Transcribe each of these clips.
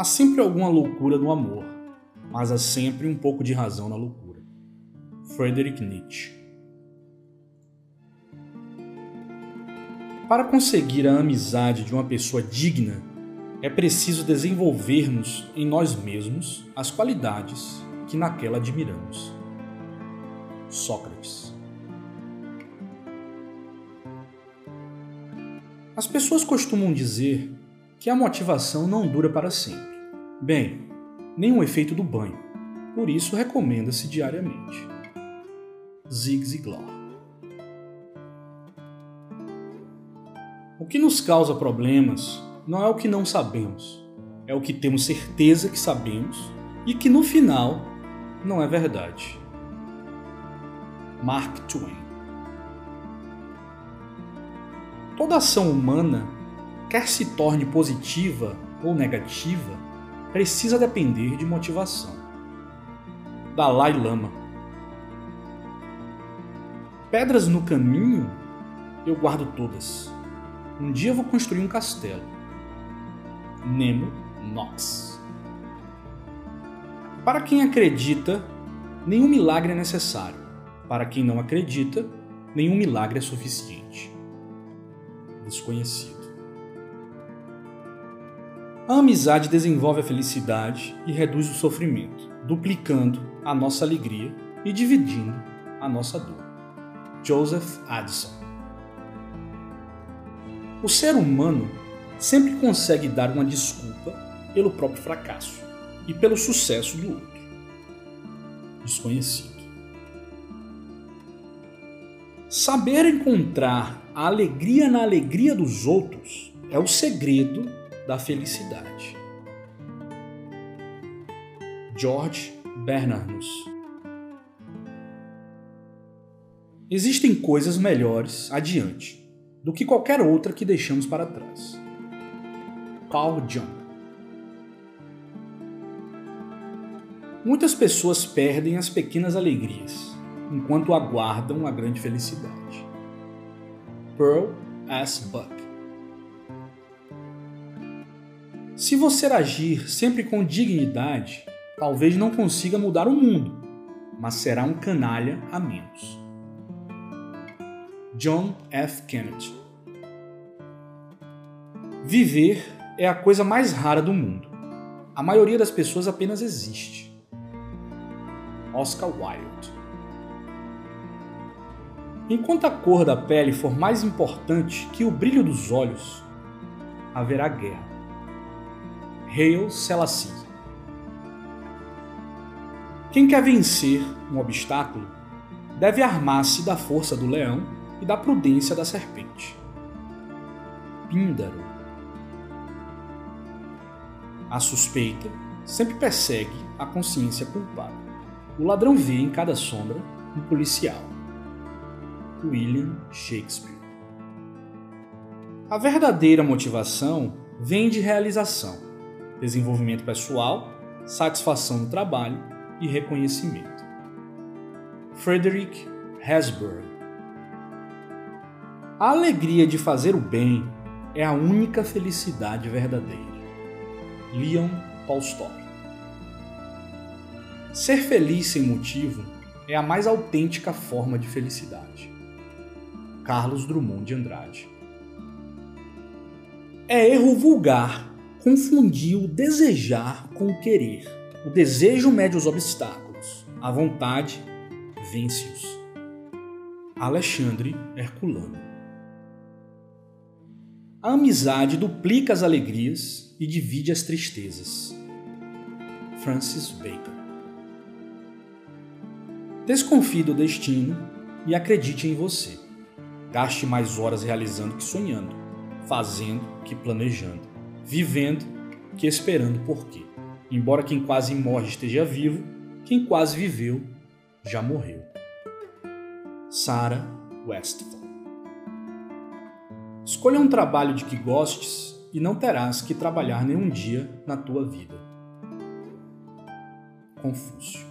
Há sempre alguma loucura no amor, mas há sempre um pouco de razão na loucura. Friedrich Nietzsche. Para conseguir a amizade de uma pessoa digna, é preciso desenvolvermos em nós mesmos as qualidades que naquela admiramos. Sócrates. As pessoas costumam dizer que a motivação não dura para sempre. Bem, nem o efeito do banho, por isso recomenda-se diariamente. Zig Ziglar. O que nos causa problemas não é o que não sabemos, é o que temos certeza que sabemos e que no final não é verdade. Mark Twain. Toda ação humana, quer se torne positiva ou negativa, precisa depender de motivação. Dalai Lama. Pedras no caminho, eu guardo todas. Um dia vou construir um castelo. Nemo Knox. Para quem acredita, nenhum milagre é necessário. Para quem não acredita, nenhum milagre é suficiente. Desconhecido. A amizade desenvolve a felicidade e reduz o sofrimento, duplicando a nossa alegria e dividindo a nossa dor. Joseph Addison. O ser humano sempre consegue dar uma desculpa pelo próprio fracasso e pelo sucesso do outro. Desconhecido. Saber encontrar a alegria na alegria dos outros é o segredo da felicidade. George Bernanos. Existem coisas melhores adiante do que qualquer outra que deixamos para trás. Carl Jung. Muitas pessoas perdem as pequenas alegrias enquanto aguardam a grande felicidade. Pearl S. Buck. Se você agir sempre com dignidade, talvez não consiga mudar o mundo, mas será um canalha a menos. John F. Kennedy. Viver é a coisa mais rara do mundo. A maioria das pessoas apenas existe. Oscar Wilde. Enquanto a cor da pele for mais importante que o brilho dos olhos, haverá guerra. Haile Selassie. Quem quer vencer um obstáculo deve armar-se da força do leão e da prudência da serpente. Píndaro. A suspeita sempre persegue a consciência culpada. O ladrão vê em cada sombra um policial. William Shakespeare. A verdadeira motivação vem de realização, desenvolvimento pessoal, satisfação no trabalho e reconhecimento. Frederick Hesburgh. A alegria de fazer o bem é a única felicidade verdadeira. Leon Tolstói. Ser feliz sem motivo é a mais autêntica forma de felicidade. Carlos Drummond de Andrade. É erro vulgar confundir o desejar com o querer. O desejo mede os obstáculos, a vontade vence-os. Alexandre Herculano. A amizade duplica as alegrias e divide as tristezas. Francis Bacon. Desconfie do destino e acredite em você. Gaste mais horas realizando que sonhando, fazendo que planejando, vivendo que esperando por quê. Embora quem quase morre esteja vivo, quem quase viveu já morreu. Sarah Westphal. Escolha um trabalho de que gostes e não terás que trabalhar nenhum dia na tua vida. Confúcio.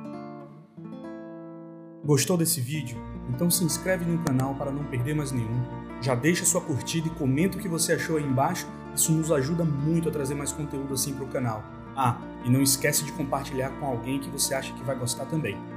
Gostou desse vídeo? Então se inscreve no canal para não perder mais nenhum. Já deixa sua curtida e comenta o que você achou aí embaixo Isso nos ajuda muito a trazer mais conteúdo assim para o canal. Ah, e não esquece de compartilhar com alguém que você acha que vai gostar também.